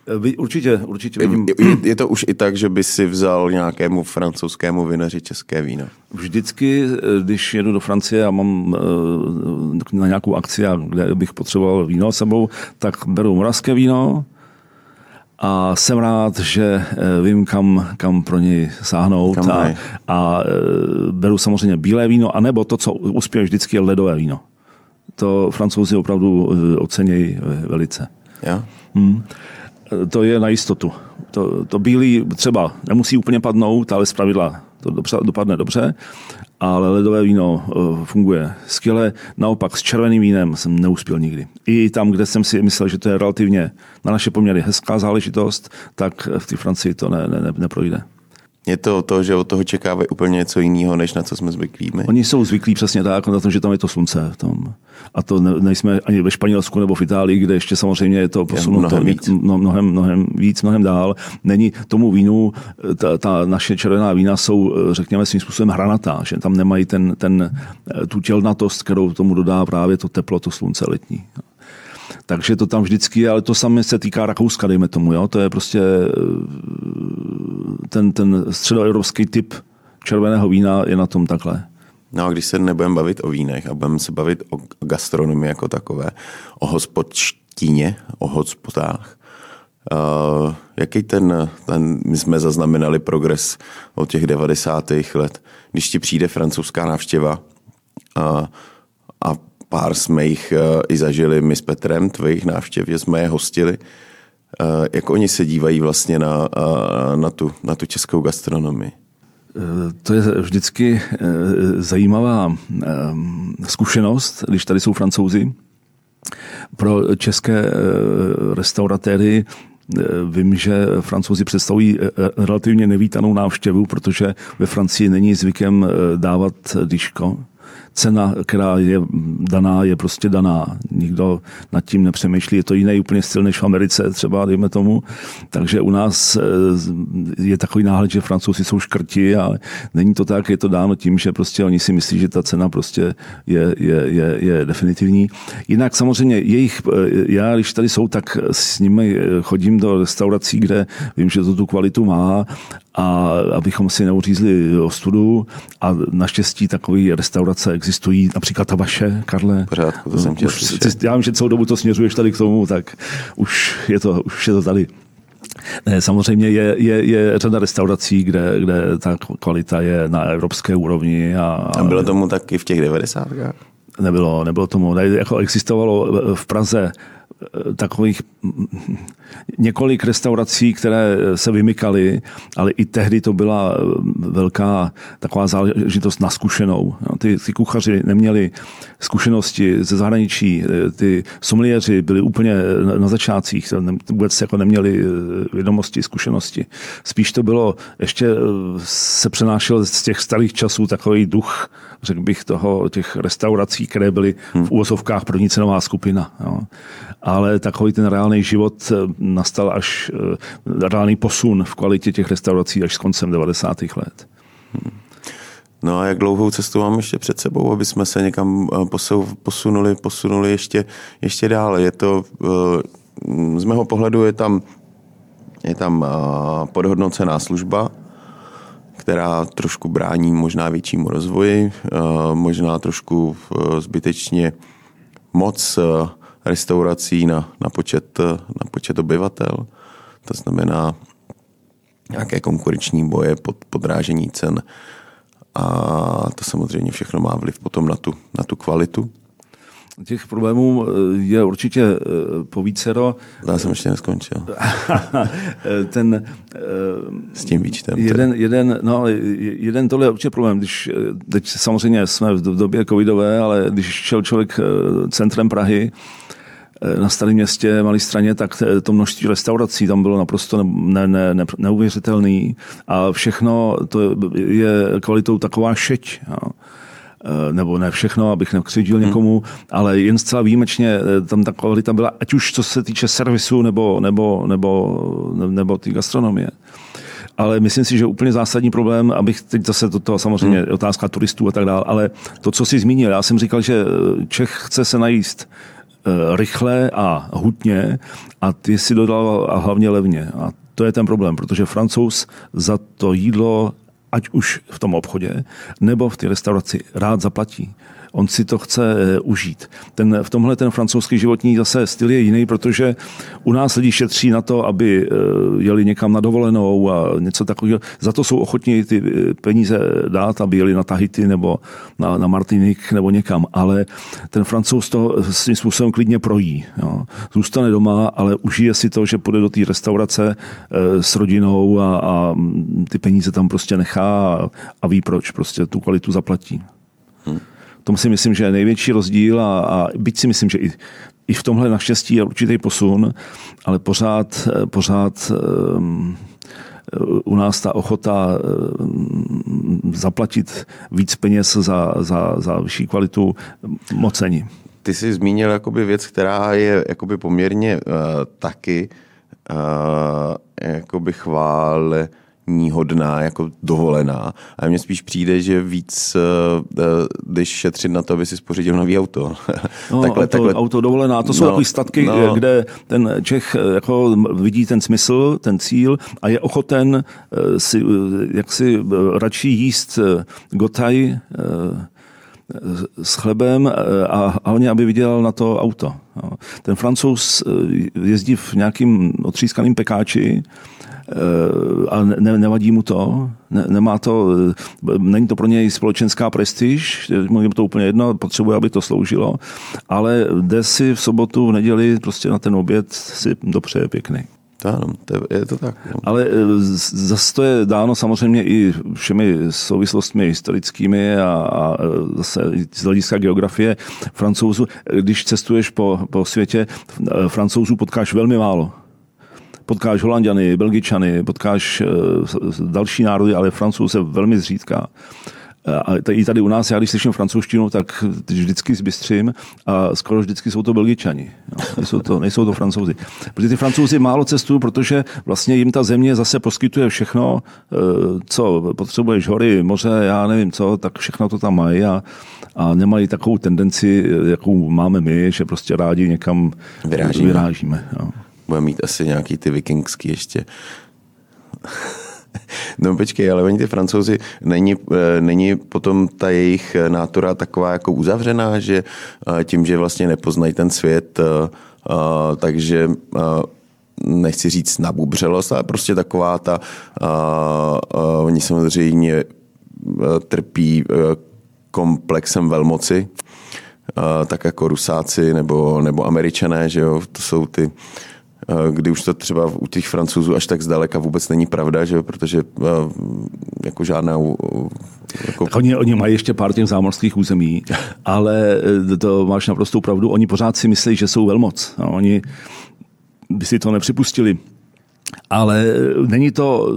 Určitě. Je to už i tak, že by si vzal nějakému francouzskému vinaři české víno? Vždycky, když jedu do Francie a mám na nějakou akci, kde bych potřeboval víno s sebou, tak beru moravské víno a jsem rád, že vím, kam pro něj sáhnout a beru samozřejmě bílé víno, anebo to, co uspěje vždycky, je ledové víno. To Francouzi opravdu ocenějí velice. Ja? To je na jistotu. To bílý třeba nemusí úplně padnout, ale zpravidla to dopadne dobře, ale ledové víno funguje skvěle. Naopak s červeným vínem jsem neuspěl nikdy. I tam, kde jsem si myslel, že to je relativně na naše poměry hezká záležitost, tak v té Francii to neprojde. Je to, že od toho čekávají úplně něco jiného, než na co jsme zvyklí my? Oni jsou zvyklí přesně tak, na tom, že tam je to slunce. A to nejsme ani ve Španělsku nebo v Itálii, kde ještě samozřejmě je to posunuto mnohem dál. Není tomu vínu, ta naše červená vína jsou, řekněme, svým způsobem hranatá, že tam nemají tu tělnatost, kterou tomu dodá právě to teplo, to slunce letní. Takže to tam vždycky je, ale to samé se týká Rakouska, dejme tomu. Jo? To je prostě ten středoevropský typ červeného vína je na tom takhle. No a když se nebudeme bavit o vínech a budeme se bavit o gastronomii jako takové, o hospodštině, o hospodách, jaký my jsme zaznamenali progres od těch 90. let, když ti přijde francouzská návštěva a pár jsme jich i zažili my s Petrem, tvojich návštěv, že jsme je hostili. Jak oni se dívají vlastně na tu českou gastronomii? To je vždycky zajímavá zkušenost, když tady jsou Francouzi. Pro české restauratéry vím, že Francouzi představují relativně nevítanou návštěvu, protože ve Francii není zvykem dávat dýško. Cena, která je daná, je prostě daná. Nikdo nad tím nepřemýšlí. Je to jiný úplně styl než v Americe třeba, dejme tomu. Takže u nás je takový náhled, že Francouzi jsou škrti, ale není to tak, je to dáno tím, že prostě oni si myslí, že ta cena prostě je definitivní. Jinak samozřejmě já, když tady jsou, tak s nimi chodím do restaurací, kde vím, že to tu kvalitu má, a abychom si neuřízli ostudu, a naštěstí takové restaurace existují, například ta vaše, Karle. Pořádku, to jsem já vím, že celou dobu to směřuješ tady k tomu, tak už je to tady. Ne, samozřejmě je řada restaurací, kde ta kvalita je na evropské úrovni. A bylo tomu taky v těch 90. Nebylo tomu. Jako existovalo v Praze takových několik restaurací, které se vymykaly, ale i tehdy to byla velká taková záležitost na zkušenou. Ty kuchaři neměli zkušenosti ze zahraničí, ty someliéři byli úplně na začátcích, vůbec jako neměli vědomosti, zkušenosti. Spíš to bylo, ještě se přenášel z těch starých časů takový duch, řekl bych, těch restaurací, které byly v úvozovkách první cenová skupina. Jo. Ale takový ten reálný život nastal až reálný posun v kvalitě těch restaurací až s koncem 90. let. No a jak dlouhou cestu máme ještě před sebou, aby jsme se někam posunuli ještě dále? Je to, z mého pohledu je tam podhodnocená služba, která trošku brání možná většímu rozvoji, možná trošku zbytečně moc restaurací na počet obyvatel. To znamená nějaké konkurenční boje, podrážení cen. A to samozřejmě všechno má vliv potom na tu kvalitu. Těch problémů je určitě povícero. Já jsem ještě neskončil. S tím výčtem. Jeden tohle je určitě problém. Teď samozřejmě jsme v době covidové, ale když šel člověk centrem Prahy, na Starém Městě, Malé Straně, tak to množství restaurací tam bylo naprosto neuvěřitelný a všechno to je kvalitou taková šeť. Jo. Nebo ne všechno, abych nekřivdil někomu, ale jen zcela výjimečně tam ta kvalita byla, ať už co se týče servisu nebo té gastronomie. Ale myslím si, že úplně zásadní problém, abych teď zase toto samozřejmě otázka turistů a tak dále, ale to, co jsi zmínil, já jsem říkal, že Čech chce se najíst rychle a hutně a ty si dodal a hlavně levně. A to je ten problém, protože Francouz za to jídlo, ať už v tom obchodě, nebo v té restauraci rád zaplatí. On si to chce užít. V tomhle ten francouzský životní zase styl je jiný, protože u nás lidi šetří na to, aby jeli někam na dovolenou a něco takového. Za to jsou ochotní ty peníze dát, aby jeli na Tahiti nebo na Martinik nebo někam. Ale ten Francouz to svým způsobem klidně projí. Jo. Zůstane doma, ale užije si to, že půjde do té restaurace s rodinou a ty peníze tam prostě nechá a ví proč. Prostě tu kvalitu zaplatí. To si myslím, že je největší rozdíl a byť si myslím, že i v tomhle naštěstí je určitý posun, ale pořád u nás ta ochota zaplatit víc peněz za vyšší kvalitu moc není. Ty jsi zmínil jakoby věc, která je jakoby poměrně taky jakoby chváleníhodná, jako dovolená. A mně spíš přijde, že víc jdeš šetřit na to, aby si spořídil nový auto. Auto dovolená, to jsou takové statky, kde ten Čech jako vidí ten smysl, ten cíl a je ochoten si radši jíst gotaj s chlebem a hlavně, aby vydělal na to auto. Ten Francouz jezdí v nějakým otřískaným pekáči a nevadí mu to, nemá to, není to pro něj společenská prestiž, mu to úplně jedno, potřebuje, aby to sloužilo, ale jde si v sobotu, v neděli prostě na ten oběd si dopřeje pěkný. Ano, je to tak. No. Ale zase to je dáno samozřejmě i všemi souvislostmi historickými a zase z hlediska geografie Francouzů. Když cestuješ po světě, Francouzů potkáš velmi málo. Potkáš Holanďany, Belgičany, potkáš další národy, ale Francouz je velmi zřídka. A i tady u nás, já když slyším francouzštinu, tak vždycky zbystřím a skoro vždycky jsou to Belgičani. Nejsou to Francouzi. Protože ty Francouzi málo cestují, protože vlastně jim ta země zase poskytuje všechno, co potřebuješ, hory, moře, já nevím co, tak všechno to tam mají a nemají takovou tendenci, jakou máme my, že prostě rádi někam vyrážíme. Jo. Budeme mít asi nějaký ty vikingský ještě. No počkej, ale oni ty Francouzi, není potom ta jejich nátura taková jako uzavřená, že tím, že vlastně nepoznají ten svět, takže nechci říct nabubřelost, ale prostě taková ta, oni samozřejmě trpí komplexem velmoci, tak jako Rusáci nebo Američané, že jo, to jsou ty, kdy už to třeba u těch Francouzů až tak zdaleka vůbec není pravda, že jo, protože jako žádná... Jako... Oni mají ještě pár těch zámořských území, ale to máš naprostou pravdu, oni pořád si myslí, že jsou velmoc. No, oni by si to nepřipustili. Ale není to...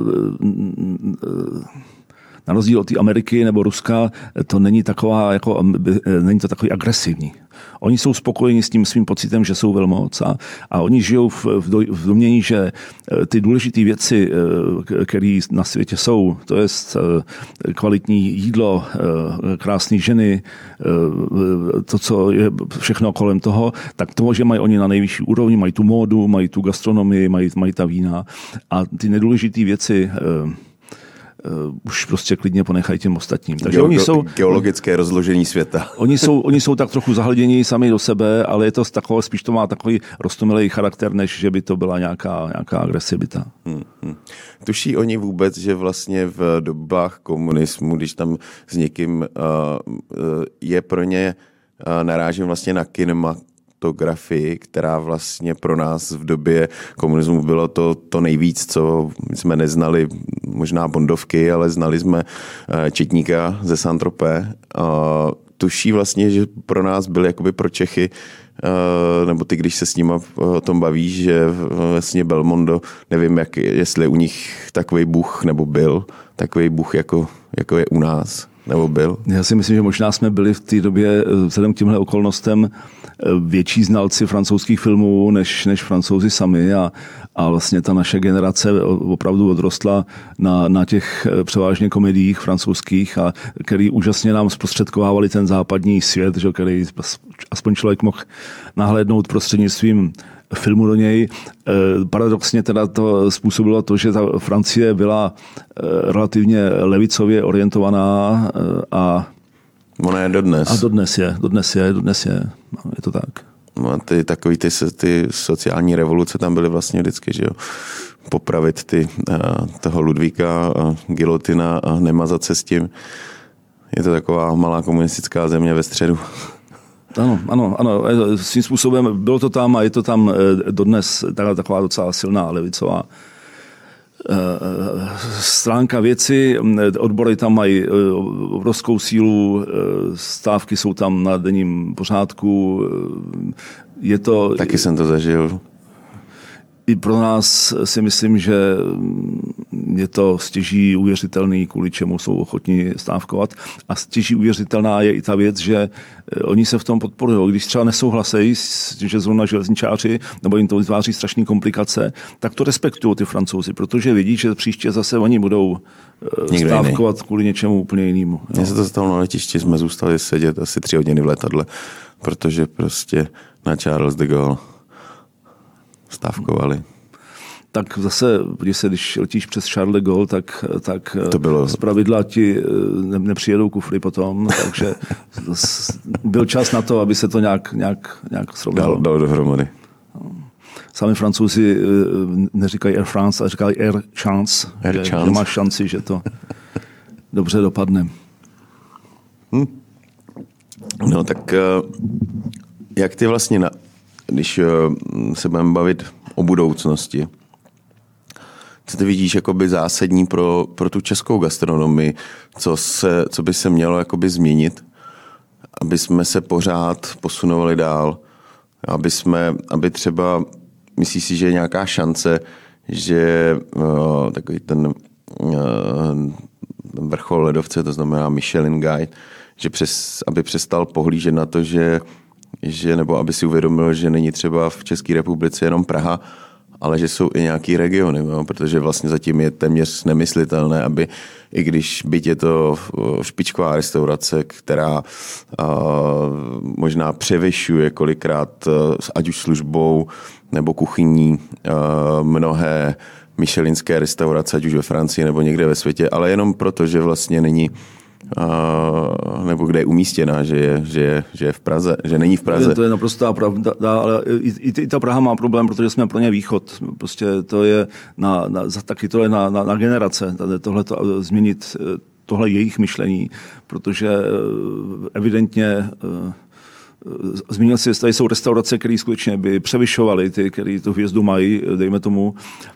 Na rozdíl od té Ameriky nebo Ruska, to není není to takový agresivní. Oni jsou spokojeni s tím svým pocitem, že jsou velmoc a oni žijou v domění, že ty důležité věci, které na světě jsou, to je kvalitní jídlo, krásné ženy, to, co je všechno kolem toho, tak to, že mají oni na nejvyšší úrovni, mají tu módu, mají tu gastronomii, mají ta vína a ty nedůležité věci už prostě klidně ponechají těm ostatním. Takže oni jsou geologické rozložení světa. Oni jsou tak trochu zahledění sami do sebe, ale je to spíš to má takový roztomilý charakter, než že by to byla nějaká agresivita. Tuší oni vůbec, že vlastně v dobách komunismu, když tam s někým je pro ně, narážím vlastně na kinematografii, která vlastně pro nás v době komunismu bylo to nejvíc, co jsme neznali, možná Bondovky, ale znali jsme Četníka ze Saint-Tropez. Tuší vlastně, že pro nás byl jakoby pro Čechy, nebo ty, když se s nima o tom bavíš, že vlastně Belmondo, nevím, jestli u nich takový bůh, nebo byl takový bůh, jako je u nás. Nebo byl? Já si myslím, že možná jsme byli v té době vzhledem k těmhle okolnostem větší znalci francouzských filmů než Francouzi sami a vlastně ta naše generace opravdu odrostla na těch převážně komediích francouzských, a který úžasně nám zprostředkovávali ten západní svět, že, který aspoň člověk mohl nahlédnout prostřednictvím filmu do něj. Paradoxně teda to způsobilo to, že ta Francie byla relativně levicově orientovaná a ona je dodnes. A dodnes je. No, je to tak. No, ty sociální revoluce tam byly vlastně vždycky, že jo. Popravit toho Ludvíka, gilotina a nemazat se s tím. Je to taková malá komunistická země ve středu. Ano. Svým způsobem bylo to tam a je to tam dodnes taková docela silná levicová stránka věci. Odbory tam mají obrovskou sílu, stávky jsou tam na denním pořádku. Taky jsem to zažil. I pro nás si myslím, že je to stěží uvěřitelný, kvůli čemu jsou ochotní stávkovat. A stěží uvěřitelná je i ta věc, že oni se v tom podporují. Když třeba nesouhlasejí, že zrovna železničáři, nebo jim to vytváří strašné komplikace, tak to respektují ty Francouzi, protože vidí, že příště zase oni budou stávkovat kvůli něčemu úplně jinému. Mně se to stalo na letišti, jsme zůstali sedět asi 3 hodiny v letadle, protože prostě na Charles de Gaulle stávkovali. Tak zase, když letíš přes Charles de Gaulle, tak to bylo... zpravidla ti nepřijedou kufry potom, takže byl čas na to, aby se to nějak srovnalo. Dalo dohromady. Sami Francouzi neříkají Air France, ale říkají Air Chance, že máš šanci, že to dobře dopadne. No tak jak ty vlastně, když se budeme bavit o budoucnosti, co ty vidíš jakoby zásadní pro tu českou gastronomii, co by se mělo jakoby změnit, aby jsme se pořád posunovali dál, aby třeba, myslíš si, že je nějaká šance, že takový ten vrchol ledovce, to znamená Michelin Guide, že aby přestal pohlížet na to, že nebo aby si uvědomil, že není třeba v České republice jenom Praha, ale že jsou i nějaký regiony, jo? Protože vlastně zatím je téměř nemyslitelné, aby i když byť je to špičková restaurace, která možná převyšuje kolikrát ať už službou nebo kuchyní mnohé michelinské restaurace, ať už ve Francii nebo někde ve světě, ale jenom proto, že vlastně není nebo kde je umístěná, že je v Praze, že není v Praze. To je naprostá pravda, ale i ta Praha má problém, protože jsme pro ně východ. Prostě to je taky to je na generace, tohleto změnit tohle jejich myšlení, protože evidentně zmínil si, že tady jsou restaurace, které skutečně by převyšovaly ty, které tu hvězdu mají, dejme tomu.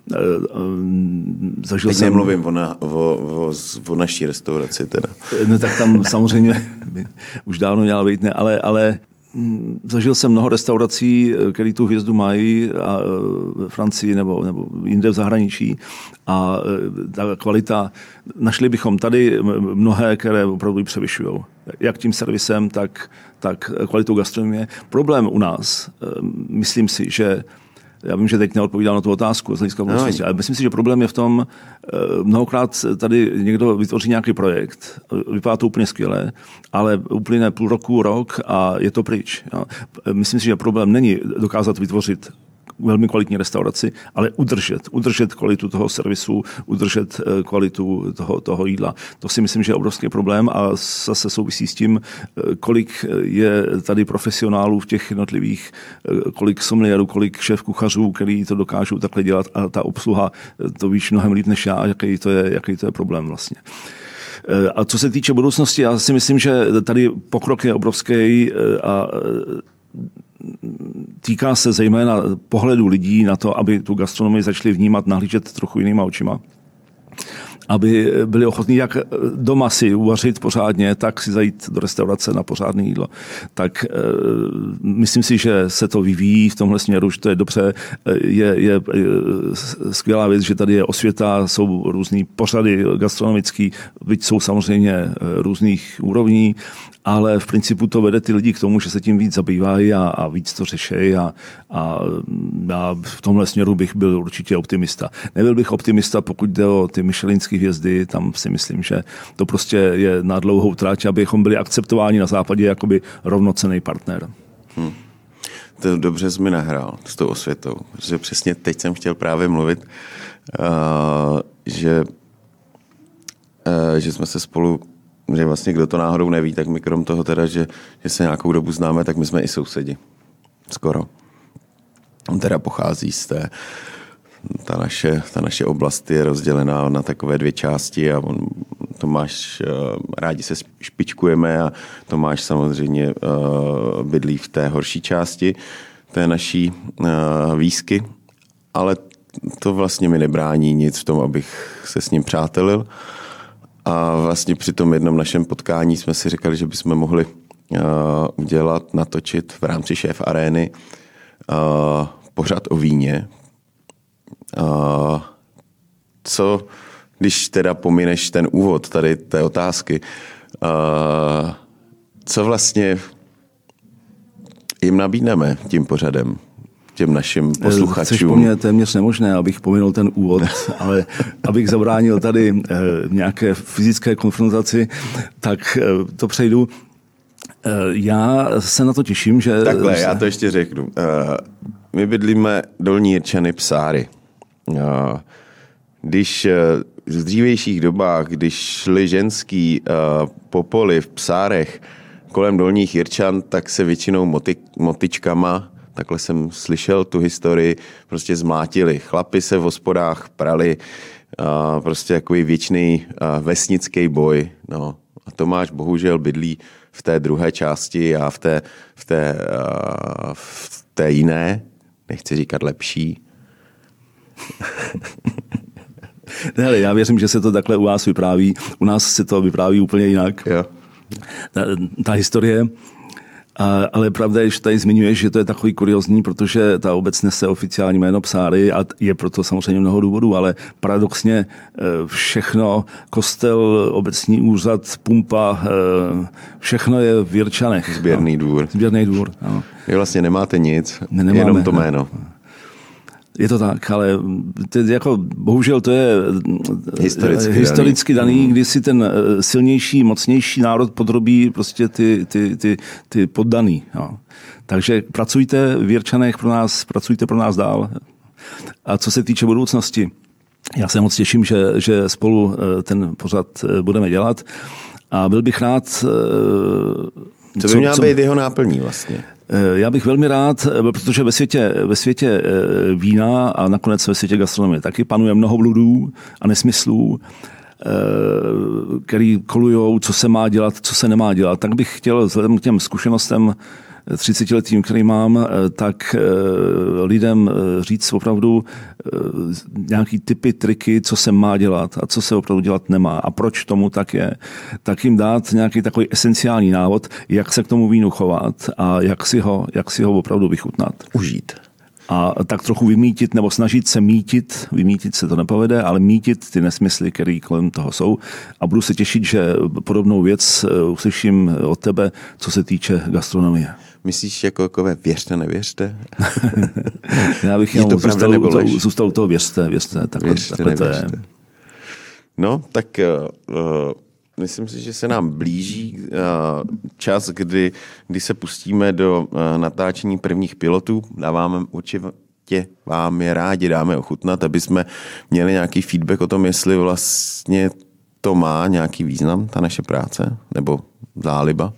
Teď nemluvím o naší restauraci teda. Ne, tak tam samozřejmě by už dávno měla být, ne, ale zažil jsem mnoho restaurací, které tu hvězdu mají v Francii nebo jinde v zahraničí a ta kvalita, našli bychom tady mnohé, které opravdu převyšují. Jak tím servisem, tak kvalitou gastronomie. Problém u nás, myslím si, že já vím, že teď neodpovídám na tu otázku z hlediska budoucnosti, ale myslím si, že problém je v tom, mnohokrát tady někdo vytvoří nějaký projekt, vypadá to úplně skvěle, ale uplyne půl roku, rok a je to pryč. Jo. Myslím si, že problém není dokázat vytvořit velmi kvalitní restauraci, ale udržet kvalitu toho servisu, udržet kvalitu toho jídla. To si myslím, že je obrovský problém a zase souvisí s tím, kolik je tady profesionálů v těch jednotlivých, kolik sommelierů, kolik šéf kuchařů, který to dokážou takhle dělat a ta obsluha, to víš mnohem líp než já, jaký to je problém vlastně. A co se týče budoucnosti, já si myslím, že tady pokrok je obrovský a týká se zejména pohledu lidí na to, aby tu gastronomii začali vnímat, nahlížet trochu jinýma očima. Aby byli ochotní jak doma si uvařit pořádně, tak si zajít do restaurace na pořádné jídlo. Tak myslím si, že se to vyvíjí v tomhle směru, že to je dobře. Je skvělá věc, že tady je osvěta, jsou různý pořady gastronomický, byť jsou samozřejmě různých úrovní, ale v principu to vede ty lidi k tomu, že se tím víc zabývají a víc to řeší a já v tomhle směru bych byl určitě optimista. Nebyl bych optimista, pokud jde o ty michelinské hvězdy, tam si myslím, že to prostě je na dlouhou trať, abychom byli akceptováni na západě jakoby rovnocenný partner. To dobře jsi mi nahrál s tou osvětou, protože přesně teď jsem chtěl právě mluvit, že jsme se spolu, že vlastně kdo to náhodou neví, tak my krom toho teda, že se nějakou dobu známe, tak my jsme i sousedi. Skoro. On teda pochází z té, ta naše oblast je rozdělená na takové 2 části a Tomáš, rádi se špičkujeme a Tomáš samozřejmě bydlí v té horší části té naší výsky, ale to vlastně mi nebrání nic v tom, abych se s ním přátelil. A vlastně při tom jednom našem potkání jsme si říkali, že bychom mohli natočit v rámci Šéf Arény pořad o víně. Co, když teda pomineš ten úvod tady té otázky, co vlastně jim nabídneme tím pořadem, těm našim posluchačům? Což po mně téměř nemožné, abych pominul ten úvod, ale abych zabránil tady nějaké fyzické konfrontaci, tak to přejdu. Já se na to těším, že... Takhle, já to ještě řeknu. My bydlíme Dolní Jirčany Psáry. Když v dřívějších dobách, když šli ženský popoly v Psárech kolem Dolních Jirčan, tak se většinou motičkama, takhle jsem slyšel tu historii, prostě zmlátili. Chlapi se v hospodách prali, prostě takový věčný vesnický boj. No. A Tomáš bohužel bydlí v té druhé části a v té jiné, nechci říkat lepší. Ne, já věřím, že se to takhle u vás vypráví. U nás se to vypráví úplně jinak. Jo. Ta historie. Ale pravda je, že tady zmiňuješ, že to je takový kuriozní, protože ta obec nese oficiální jméno Psáry a je proto samozřejmě mnoho důvodů, ale paradoxně všechno, kostel, obecní úřad, pumpa, všechno je v Jirčanech. Sběrný dvůr. Sběrný dvůr, ano. Vy vlastně nemáte nic, nemáme, jenom to jméno. Je to tak, ale jako, bohužel to je historicky daný, kdy si ten silnější, mocnější národ podrobí prostě ty poddaný. Jo. Takže pracujte v Jirčanech pracujte pro nás dál. A co se týče budoucnosti, já se moc těším, že spolu ten pořad budeme dělat a byl bych rád... Co by měla být jeho náplní vlastně? Já bych velmi rád, protože ve světě vína a nakonec ve světě gastronomie taky panuje mnoho bludů a nesmyslů, který kolujou, co se má dělat, co se nemá dělat. Tak bych chtěl vzhledem k těm zkušenostem 30letým, který mám, tak lidem říct opravdu nějaký typy, triky, co se má dělat a co se opravdu dělat nemá a proč tomu tak je. Tak jim dát nějaký takový esenciální návod, jak se k tomu vínu chovat a jak si ho opravdu vychutnat. Užít. A tak trochu vymítit, nebo snažit se vymítit se to nepovede, ale mítit ty nesmysly, které kolem toho jsou. A budu se těšit, že podobnou věc uslyším od tebe, co se týče gastronomie. Myslíš jako věřte, nevěřte? Já bych jenom zůstal u toho věřte. Takhle to je. No, tak myslím si, že se nám blíží čas, kdy se pustíme do natáčení prvních pilotů. Dáváme určitě vám je rádi, dáme ochutnat, aby jsme měli nějaký feedback o tom, jestli vlastně to má nějaký význam, ta naše práce, nebo záliba.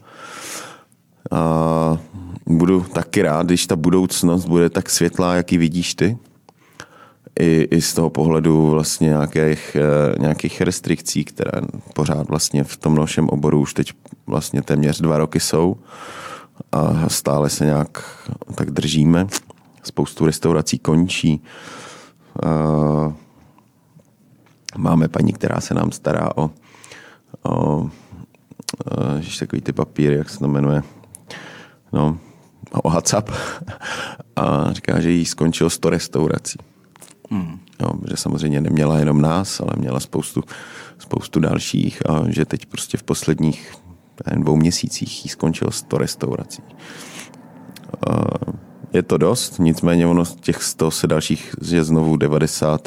Budu taky rád, když ta budoucnost bude tak světlá, jak ji vidíš ty. I z toho pohledu vlastně nějakých restrikcí, které pořád vlastně v tom našem oboru už teď vlastně téměř 2 roky jsou a stále se nějak tak držíme. Spoustu restaurací končí. Máme paní, která se nám stará o takový ty papíry, jak se to jmenuje, o HACCP a říká, že jí skončilo 100 restaurací. Jo, že samozřejmě neměla jenom nás, ale měla spoustu dalších a že teď prostě v posledních 2 měsících jí skončilo 100 restaurací. Je to dost, nicméně ono z těch 100 se dalších je znovu 90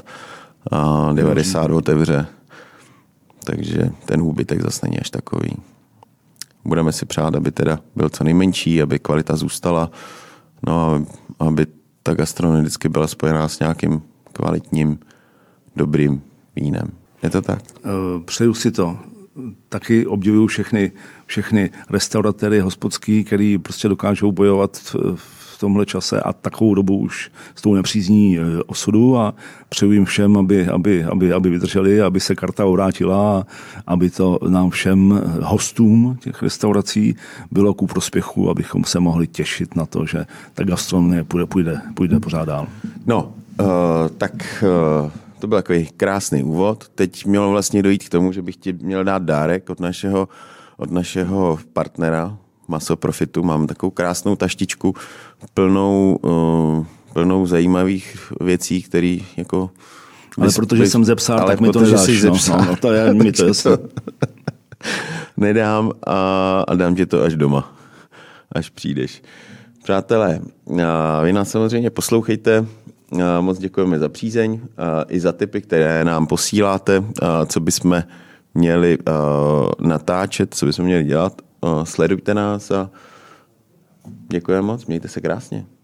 otevře. Takže ten úbytek zase není až takový. budeme si přát, aby teda byl co nejmenší, aby kvalita zůstala, no a aby ta gastronomie vždycky byla spojená s nějakým kvalitním, dobrým vínem. Je to tak? Přeju si to. Taky obdivuju všechny restauratéry hospodský, který prostě dokážou bojovat v tomhle čase a takovou dobu už s tou nepřízní osudu a přeju jim všem, aby vydrželi, aby se karta obrátila, aby to nám všem hostům těch restaurací bylo ku prospěchu, abychom se mohli těšit na to, že ta gastronomie půjde pořád dál. No, to byl takový krásný úvod. Teď mělo vlastně dojít k tomu, že bych ti měl dát dárek od našeho partnera Maso Profitu. Mám takovou krásnou taštičku plnou zajímavých věcí, které jako... Ale protože jsem zepsal, tak mi to nedáš. No, to je mi to jasné. Nedám a dám ti to až doma, až přijdeš. Přátelé, vy nás samozřejmě poslouchejte. Moc děkujeme za přízeň i za tipy, které nám posíláte, co bychom měli natáčet, co bychom měli dělat. Sledujte nás a děkujeme moc, mějte se krásně.